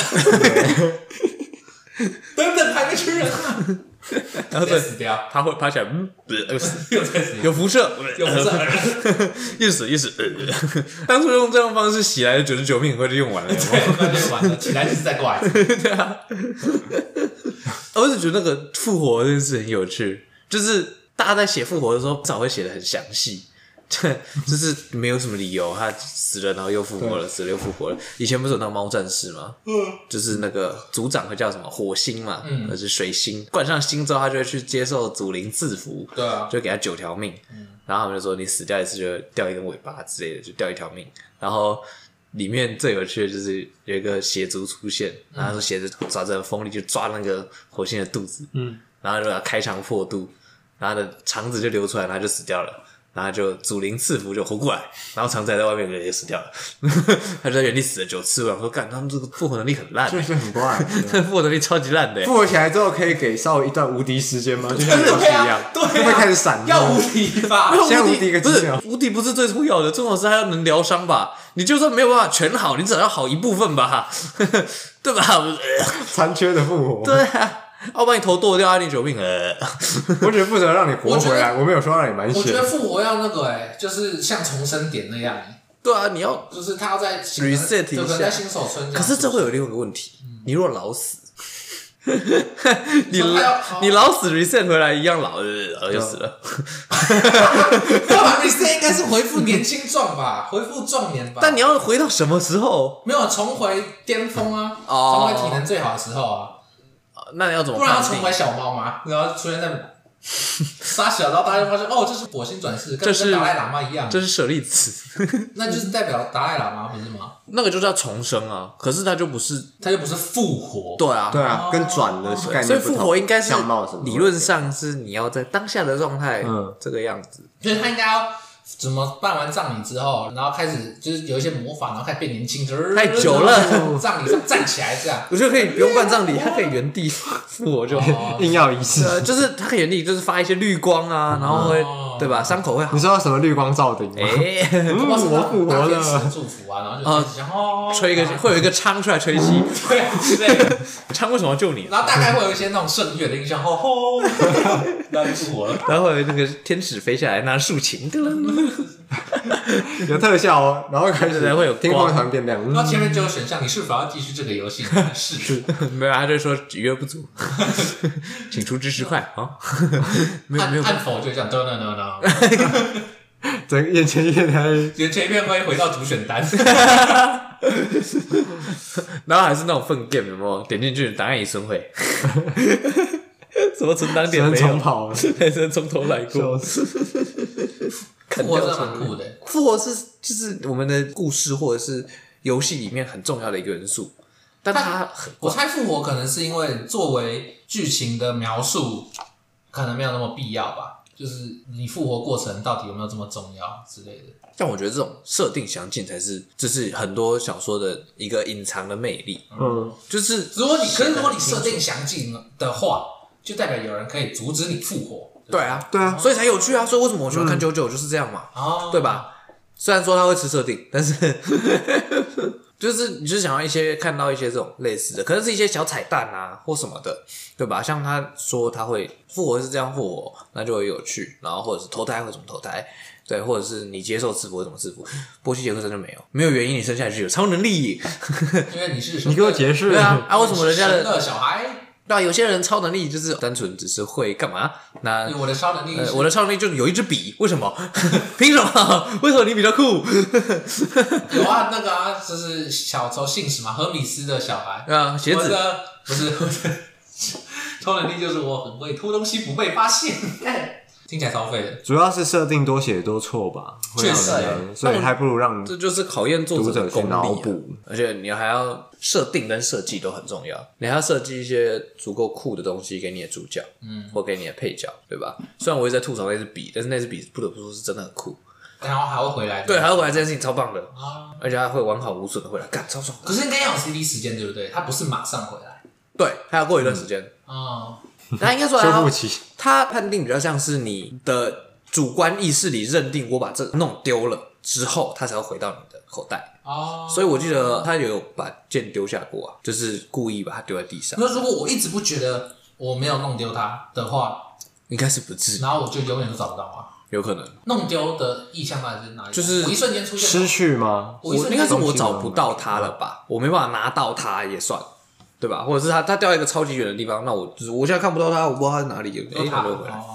等等还没吃人啊！然后再死掉， 他会爬起来， 又再死， 有辐射， 有辐射， 一死。当初用这种方式洗来的99命，很快就用完了， 很快就用完了，起来就是再过来。 对啊，我只觉得那个复活这件事很有趣，就是大家在写复活的时候，至少会写得很详细。 就是没有什么理由，他死了然后又复活了，死了又复活了。以前不是有那个猫战士吗？就是那个族长会叫什么火星嘛，那是水星，冠上星之后，他就会去接受祖灵赐福， 对啊， 就给他9条命，然后他们就说你死掉一次就掉一根尾巴之类的，就掉1条命。然后里面最有趣的就是有一个血族出现，然后说血族抓着锋利就抓那个火星的肚子，然后就把它开肠破肚，然后他的肠子就流出来，然后就死掉了。然后就祖灵赐福就活过来，然后肠子还在外面也死掉了。他就在原地死了9次。我想说，干他们这个复活能力很烂， 就是很怪， 复活能力超级烂的。 复活起来之后可以给稍微一段无敌时间吗？就像游戏一样， 对， 会不会开始闪？ 要无敌吧？ 现在无敌一个不是无敌不是最重要的，重要是他要能疗伤吧？你就算没有办法全好，你至少要好一部分吧，对吧？ 残缺的复活， 对啊。我把你头剁掉，按你9命。 我觉得负责让你活回来，我没有说让你满血。 我觉得复活要那个就是像重生点那样。 对啊，你要就是他要在 reset 一下， 在新手村。 可是这会有另外一个问题，你如果老死，你老死 reset 回来一样老，就死了。 要把 reset 应该是恢复年轻壮吧，恢复壮年吧。 但你要回到什么时候？ 没有重回巅峰啊，重回体能最好的时候啊。 那你要怎么？ 不然要重回小猫吗？然后出现在杀小，然后大家就发现这是火星转世，跟达赖喇嘛一样。 这是舍利子， 那就是代表达赖喇嘛不是吗？ 那个就叫重生啊，可是它就不是复活。 对啊， 对啊，跟转的概念不同。 所以复活应该是理论上是你要在当下的状态，这个样子。 所以他应该要。怎么办完葬礼之后，然后开始就是有一些魔法，然后开始变年轻， 太久了， 葬礼上站起来这样。 我觉得可以不用办葬礼，他可以原地复活就硬要仪式， 就是他可以原地就是发一些绿光啊，然后会对吧？伤口会好。 你知道什么绿光照顶吗？ 我复活了，祝福啊，然后就吹一个会有一个창出来吹气， 对啊之类的。 창为什么要救你？ 然后大概会有一些那种圣乐的音效，吼，然后就复活了。 然后会有那个天使飞下来拿竖琴， 有特效哦，然后开始会有天空团变亮， 然后前面就有选项，你是否要继续这个游戏？是， 没有，他就说余额不足，请出支持块啊。没有按否就这样 ，no， 整个眼前一片会回到主选单，然后还是那种粪 game 有没有？点进去档案已损毁。什么存档点没有？ 重跑了， 真从头来过。 复活真的蛮酷的。 复活就是我们的故事或者是游戏里面很重要的一个元素，但它很我猜复活可能是因为作为剧情的描述，可能没有那么必要吧。就是你复活过程到底有没有这么重要之类的。 但我觉得这种设定详尽才是，就是很多小说的一个隐藏的魅力。就是如果你设定详尽的话，就代表有人可以阻止你复活。 对啊，所以才有趣啊！所以为什么我喜欢看JoJo就是这样嘛，对吧？虽然说他会吃设定，但是就是你就是想要看到一些这种类似的，可能是一些小彩蛋啊或什么的，对吧？像他说他会复活是这样复活，那就会有趣，然后或者是投胎会怎么投胎，对，或者是你接受赐福会怎么赐福。波西·杰克森就没有原因，你生下来就有超能力， 因为你给我解释， 对啊，为什么人家的小孩？ 对啊，有些人超能力就是单纯只是会干嘛？那我的超能力就是有一支笔，为什么？凭什么？为什么你比较酷？ 有啊，那个啊，就是小时候姓史嘛，荷米斯的小孩啊，鞋子不是我的超能力就是我很会偷东西不被发现。听起来超废的， 主要是设定多写多错吧， 确实， 所以还不如让这就是考验作者的功力脑补， 而且你还要设定跟设计都很重要，你还要设计一些足够酷的东西给你的主角，或给你的配角，对吧？虽然我一直在吐槽那支笔，但是那支笔不得不说是真的很酷， 然后还会回来， 对，还会回来这件事情超棒的，而且还会完好无损的回来，干超爽。 可是应该要有 CD 时间，对不对？他不是马上回来， 对，还要过一段时间那应该说他判定比较像是你的主观意识里认定我把这弄丢了之后，他才会回到你的口袋。所以我记得他有把剑丢下过啊，就是故意把它丢在地上。 那如果我一直不觉得我没有弄丢它的话， 应该是不至于， 然后我就永远都找不到啊。 有可能弄丢的意象到底是哪里？ 就是我一瞬间出现失去吗？ 我应该是我找不到它了吧，我没办法拿到它也算。对吧？或者是他掉在一个超级远的地方，那我现在看不到他，我不知道他在哪里，他就回来。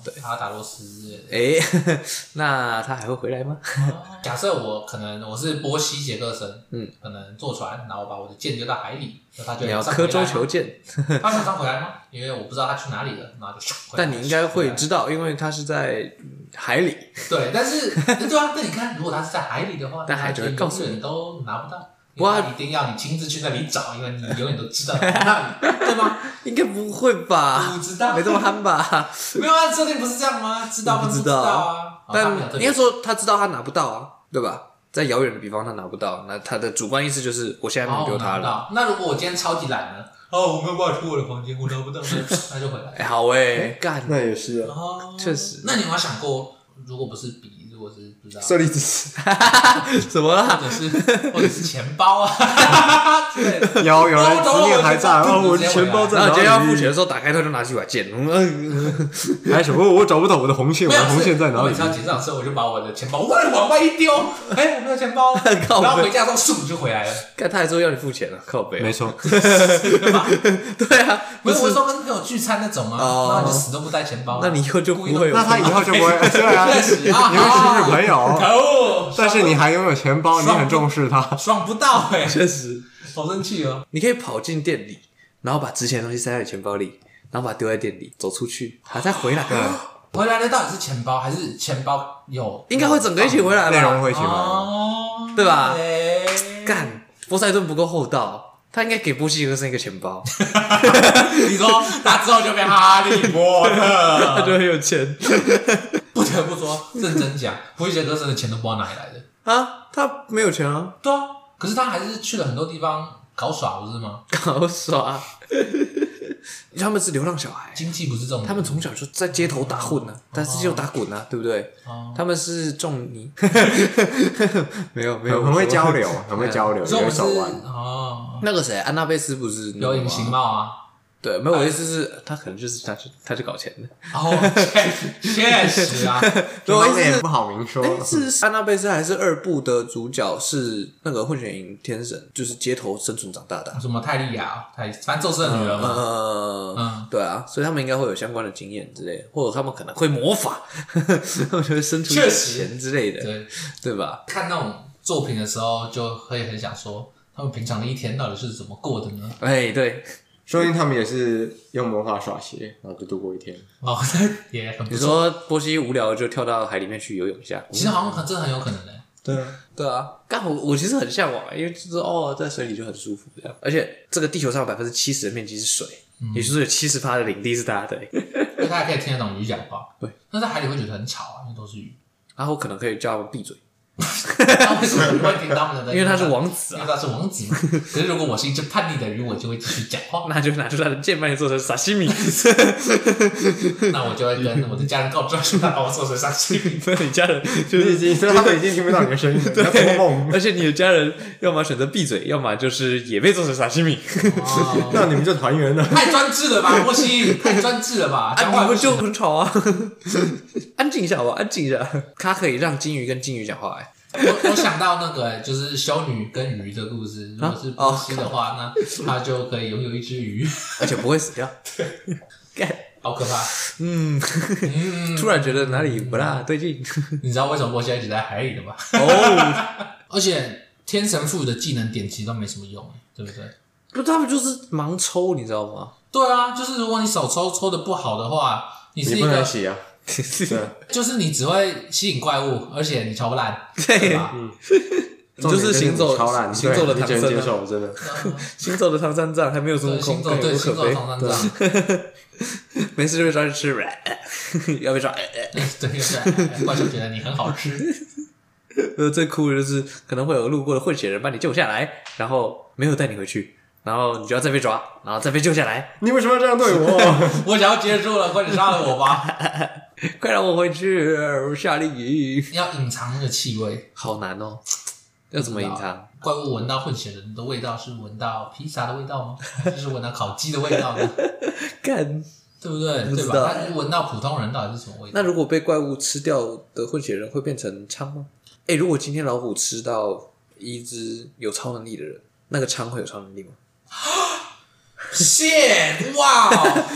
对， 塔达罗斯之类的。 那他还会回来吗？ 假设我是波西杰克森，可能坐船，然后把我的剑丢到海里，那他就你要刻舟求剑， 他马上回来吗？因为我不知道他去哪里了，然后就回来。 但你应该会知道，因为他是在海里。 对，但是对啊，那你看，如果他是在海里的话， 但海就会告诉你都拿不到。他一定要你亲自去那里找，因为你永远都知道那里，对吗？ 应该不会吧？ 不知道， 没这么憨吧？ 没有啊，设定不是这样吗？知道不知道啊？ 但应该说他知道他拿不到啊，对吧？在遥远的地方他拿不到，那他的主观意识就是我现在弄丢他了。 那如果我今天超级懒呢？我没有办法出我的房间，我拿不到，那就回来。 好干， 那也是啊， 确实。 那你有没有想过，如果不是笔？如果是不知道舍利子什么啦？ 或者是钱包啊， 有人执念还在，我的钱包在哪里？ 然后今天要付钱的时候，打开它就拿起一把剑， 还什么？我找不到我的红线，我的红线在哪里？ 我每次要结账的时候，我就把我的钱包往外一丢，我没有钱包了，然后回家之后就回来了。 看他还说要你付钱了，靠北。 没错， 对吧？ 对啊， 不是我说跟朋友聚餐那种啊，然后你就死都不带钱包， 那你以后就不会有， 那他以后就不会，对啊，你们是朋友， 可恶！ 但是你还拥有钱包，你很重视它， 爽不到确实， 好生气哦！ 你可以跑进店里，然后把值钱的东西塞在你钱包里，然后把它丢在店里，走出去，再回来。 回来的到底是钱包还是钱包有？ 应该会整个一起回来吧？ 内容会一起回来， 对吧？干，波塞顿不够厚道，他应该给波西杰克森一个钱包。 你说他之后就变哈利波特， 他就很有钱。 不得不说，认真讲，波西杰克森的钱都不知道哪里来的啊，他没有钱啊。 对啊，可是他还是去了很多地方搞耍，不是吗？ 搞耍。他们是流浪小孩， 经济不是这种， 他们从小就在街头打混啊，在街头打滚啊，对不对？他们是种泥，没有， 很会交流，很会交流，有手腕。 那个谁，安娜贝斯不是有隐形帽啊？ 对，没有，我的意思是，他可能就是他去搞钱的。 确实啊， 我意思是不好明说。 是安娜贝斯还是2部的主角是那个混血营天神，就是街头生存长大的。 什么泰利亚，反正宙斯的女儿嘛。 对啊，所以他们应该会有相关的经验之类的，或者他们可能会魔法，他们就会生出钱之类的，对吧？ 看那种作品的时候，就会很想说，他们平常的一天到底是怎么过的呢？ 对。 说不定他们也是用魔法耍邪，然后就度过一天。 也很不错。 你说波西无聊就跳到海里面去游泳一下， 其实好像真的很有可能对啊，我其实很向往，因为就是在水里就很舒服这样。而且这个地球上70%的面积是水，也就是有70%的领地是他的，因为他还可以听得懂鱼讲话。 对， 但在海里会觉得很吵啊，因为都是鱼。 然后我可能可以叫他们闭嘴。 他为什么不会听他们的？ 因为他是王子啊，因为他是王子嘛。可是如果我是一只叛逆的鱼，我就会继续讲话。 那就拿出他的剑把你做成沙西米。 那我就会跟我的家人告状，说他把我做成沙西米。 你家人他们已经听不到你的声音了，对， 而且你的家人要么选择闭嘴，要么就是也被做成沙西米。 那你们就团圆了。 太专制了吧，莫西，太专制了吧？讲话你们就很吵啊！安静一下好不好？安静一下。他可以让金鱼跟金鱼讲话。 我想到那个就是修女跟鱼的故事，如果是波西的话，那他就可以拥有一只鱼， 而且不会死掉。 好可怕！ 突然觉得哪里不大对劲。 你知道为什么波西一直在海里的吗？而且天神赋予的技能点其实都没什么用，对不对？ 不，他们就是盲抽，你知道吗？ 对啊，就是如果你手抽的不好的话，你是一个不能洗啊。 就是你只会吸引怪物，而且你抽不烂， 对吧？你就是行走的唐僧啊，真的， 行走的唐三藏还没有孙悟空， 行走的唐三藏， 没事就被抓去吃，要被抓， 对，怪兽觉得你很好吃。 最酷的就是可能会有路过的混血人把你救下来，然后没有带你回去。然后你就要再被抓，然后再被救下来。 你为什么要这样对我？ 我想要结束了，快点杀了我吧！ 快让我回去，夏令营。 要隐藏那个气味， 好难哦。要怎么隐藏？ 怪物闻到混血人的味道是闻到披萨的味道吗？还是闻到烤鸡的味道呢？ 干， 对不对？对吧？他闻到普通人到底是什么味道？ 那如果被怪物吃掉的混血人会变成仓吗？如果今天老虎吃到一只有超能力的人，那个仓会有超能力吗？ shit！ 哇！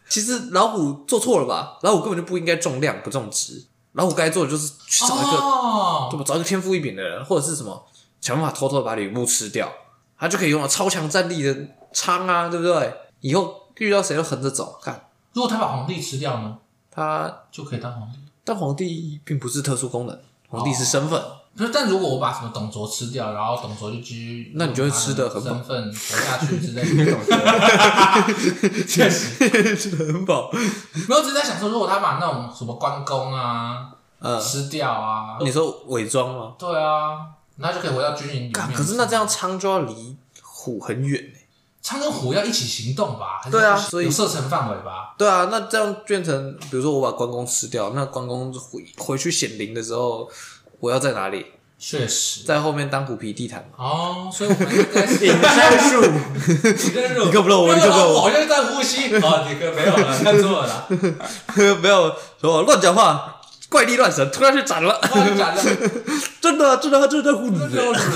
其实老虎做错了吧？老虎根本就不应该重量不重质，老虎该做的就是去找一个，对吧？找一个天赋异禀的人，或者是什么想办法偷偷把吕布吃掉，他就可以拥有超强战力的仓啊，对不对？以后遇到谁都横着走。看， 如果他把皇帝吃掉呢， 他就可以当皇帝。 但皇帝并不是特殊功能，皇帝是身份。 但如果我把什么董卓吃掉，然后董卓就继续， 那你就会吃得很饱， 身份活下去之类的。确实吃得很饱。 没有，只是在想说，如果他把那种什么关公啊吃掉啊， 你说伪装吗？ 对啊，那就可以回到军营里面。 可是那这样仓就要离虎很远欸。 仓跟虎要一起行动吧？ 对啊，所以有射程范围吧？ 对啊，那这样变成，比如说我把关公吃掉，那关公回去显灵的时候，我要在哪里？ 确实， 在后面当虎皮地毯哦，所以我们应该是隐身术， 你可不让我，你可不让我， 好像在呼吸啊！你可没有了，看错了啦， 没有说乱讲话，怪力乱神，突然就斩了， 斩了， 真的在呼你。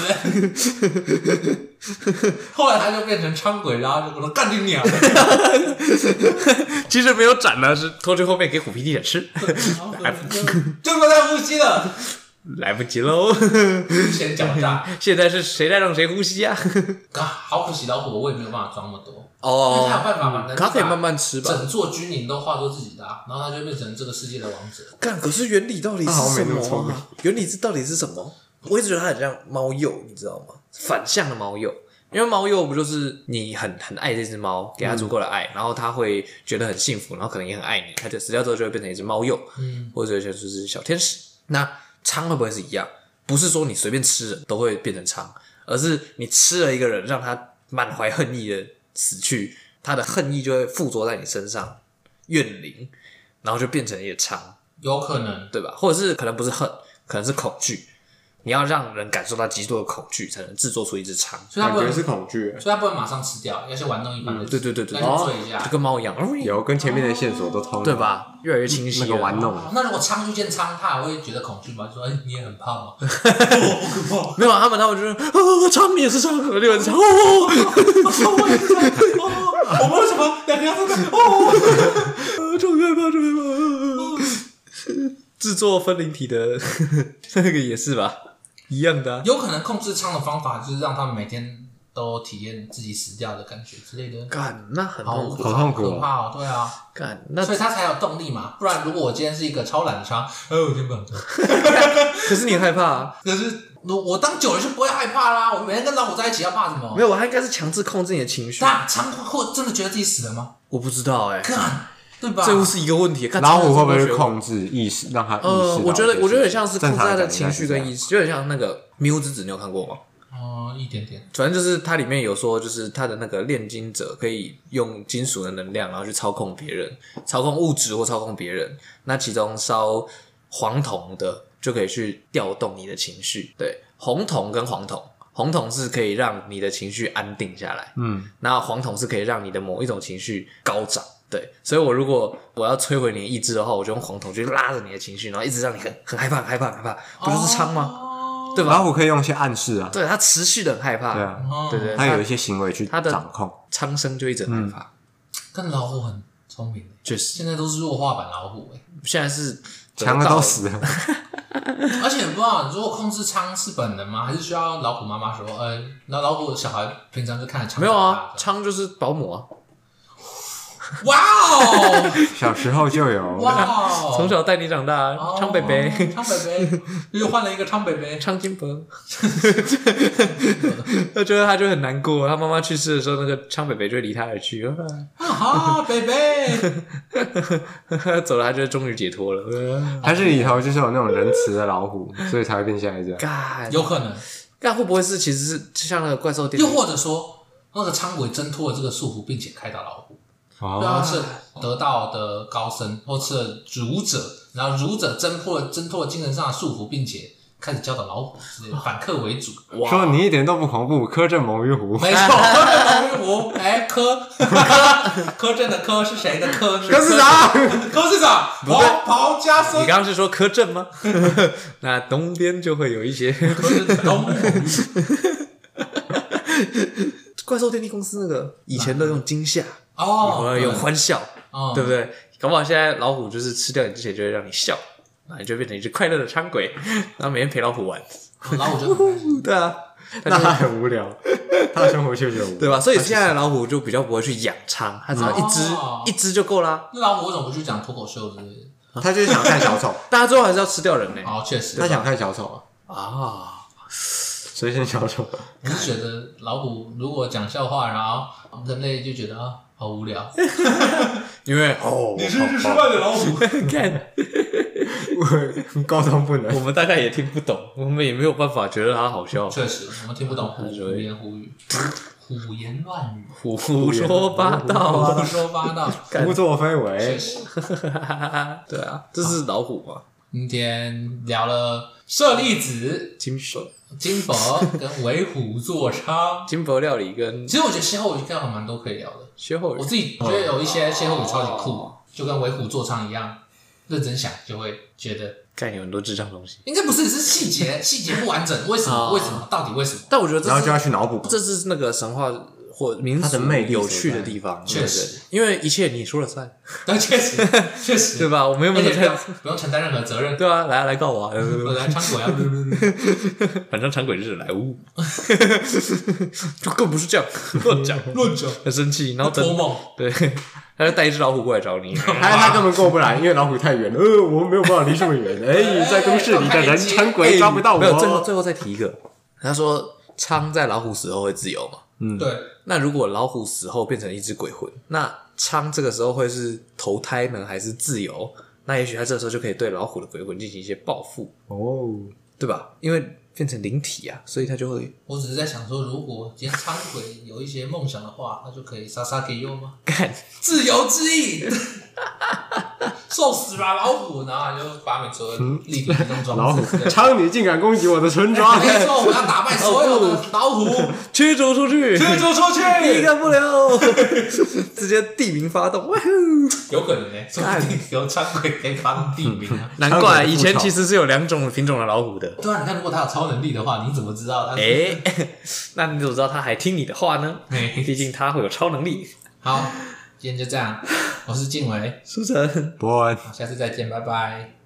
后来他就变成伥鬼，然后就跟他干你娘！ 其实没有斩了，是拖去后面给虎皮地毯吃， 就不在呼吸了。 来不及喽！ 先狡诈， 现在是谁在让谁呼吸啊？ 好可惜，老虎我也没有办法装那么多哦。 因为他有办法嘛， 他可以慢慢吃吧。 整座军营都化作自己的，然后他就变成这个世界的王者。 可是原理到底是什么啊？原理到底是什么？我一直觉得它很像猫鼬，你知道吗？反向的猫鼬。因为猫鼬不就是你很爱这只猫，给它足够的爱，然后它会觉得很幸福，然后可能也很爱你，它就死掉之后就会变成一只猫鼬，或者就是小天使。那仓会不会是一样？不是说你随便吃人都会变成仓，而是你吃了一个人，让他满怀恨意的死去，他的恨意就会附着在你身上，怨灵，然后就变成一个仓， 有可能， 对吧？或者是可能不是恨，可能是恐惧。你要让人感受到极度的恐惧，才能制作出一只仓。 所以他不能是恐惧， 所以他不能马上吃掉，要先玩弄一番的。 对， 要去追一下， 就跟猫一样， 有跟前面的线索都通了， 对吧？越来越清晰了。 那个玩弄。 那如果仓遇见仓，他还会觉得恐惧吗？就说你也很怕吗？好可怕。 没有，他们就是仓，你也是仓，另外一只仓， 我也是仓，我们为什么两个要分开？ 终于害怕。制作分灵体的那个也是吧？一样的有可能控制仓的方法就是让他们每天都体验自己死掉的感觉之类的。 干，那很痛苦， 好痛苦， 可怕哦！对啊， 干，那所以他才有动力嘛。不然如果我今天是一个超懒的仓，我今天不想做。 可是你很害怕啊。 可是我当久了就不会害怕啦。我每天跟老虎在一起要怕什么？ 没有，他应该是强制控制你的情绪。 那仓会真的觉得自己死了吗？ 我不知道干。对吧？ 这又是一个问题。 老虎会不会控制意识，让他意识？ 我觉得很像是控制他的情绪跟意识，有点像那个《迷雾之子》，你有看过吗？ 一点点。 反正就是它里面有说，就是他的那个炼金者可以用金属的能量，然后去操控别人，操控物质或操控别人。那其中烧黄铜的就可以去调动你的情绪，对，红铜跟黄铜。红铜是可以让你的情绪安定下来，然后黄铜是可以让你的某一种情绪高涨。对，所以如果我要摧毁你的意志的话，我就用黄铜去拉着你的情绪，然后一直让你很害怕，不就是仓吗？对吧？ 老虎可以用一些暗示啊， 对，他持续的很害怕， 对啊， 对， 他有一些行为去掌控， 仓生就一直很害怕。 但老虎很聪明， 确实， 现在都是弱化版老虎， 现在是强的都死了。 而且不知道，如果控制仓是本能吗？还是需要老虎妈妈说，那老虎小孩平常就看着仓。 没有啊，仓就是保姆啊。 哇哦！ 小时候就有哇哦， 从小带你长大，昌北北， 又换了一个昌北北， 昌金伯。我觉得他就很难过，他妈妈去世的时候，那个昌北北就离他而去。 北北走了，他就终于解脱了。 还是里头就是有那种仁慈的老虎，所以才会变现在这样。 有可能， 但会不会是其实是像那个怪兽电影？ 又或者说，那个仓鬼挣脱了这个束缚，并且开导老虎。对啊，是得道的高僧，或是儒者，然后儒者挣脱了精神上的束缚，并且开始教导老虎之类的，反客为主。 说你一点都不恐怖，柯震猛于虎。 没错，柯震猛于虎。柯震的柯是谁的柯？ 柯市长， 柯市长，黄袍加身。 你刚刚是说柯震吗？那东边就会有一些柯震东。 怪兽电力公司那个以前都用惊吓。 用欢笑， 对不对？搞不好现在老虎就是吃掉你之前就会让你笑，然后你就变成一只快乐的伥鬼，然后每天陪老虎玩， 老虎就很开心。 对啊， 那他很无聊，他的生活确实很无聊， 对吧？所以现在的老虎就比较不会去养仓，它只要一只就够啦。 那老虎为什么不去讲脱口秀之类的？ 他就是想看小丑， 大家最后还是要吃掉人呢。 哦，确实， 他想看小丑啊， 所以先小丑。 我是觉得老虎如果讲笑话，然后人类就觉得好无聊， 因为你是去吃饭的老虎， 看我高中不能， 我们大概也听不懂，我们也没有办法觉得它好笑。 确实，我们听不懂胡言胡语、胡言乱语、 胡说八道、 胡说八道、 胡作非为。 确实， 对啊，这是老虎嘛。 今天聊了舍利子、 金箔跟为虎作伥、 金箔料理跟， 其实我觉得歇后语应该还蛮多可以聊的。 歇后语， 我自己觉得有一些歇后语超级酷，就跟为虎作伥一样，认真想就会觉得概念很多智障东西。 应该不是，是细节不完整，为什么？为什么？到底为什么？ 但我觉得这是， 然后就要去脑补， 这是那个神话或民俗有趣的地方， 确实， 因为一切你说了算。 但确实， 对吧？我们又没有不用承担任何责任。 对啊，来告我啊！ 我来伥鬼啊！ 反正伥鬼就是来污，就更不是这样乱讲，很生气，然后托梦， 对，他就带一只老虎过来找你， 他根本过不来，因为老虎太远了，我们没有办法离这么远。在都市里的人伥鬼抓不到我。 没有，最后再提一个，他说伥在老虎死后会自由嘛？ 对。 那如果老虎死后变成一只鬼魂，那伥这个时候会是投胎呢，还是自由？那也许他这时候就可以对老虎的鬼魂进行一些报复哦，对吧？因为变成灵体啊，所以他就会。 我只是在想说，如果今天伥鬼有一些梦想的话，他就可以杀给优吗？ 干自由之翼，受死吧老虎！然后他就发明所有立体移动装置。 老虎，伥你竟敢攻击我的村庄！ 没错，我要打败所有的老虎， 驱逐出去，你干不了，直接地名发动， 有可能说不定有伥鬼可以发动地名啊！ 难怪以前其实是有2种品种的老虎的。 对啊，你看，如果他有超能力的话，你怎么知道他？ 那你怎么知道他还听你的话呢？毕竟他会有超能力。 好，今天就这样，我是静伟， 舒晨， 伯恩， 下次再见，拜拜。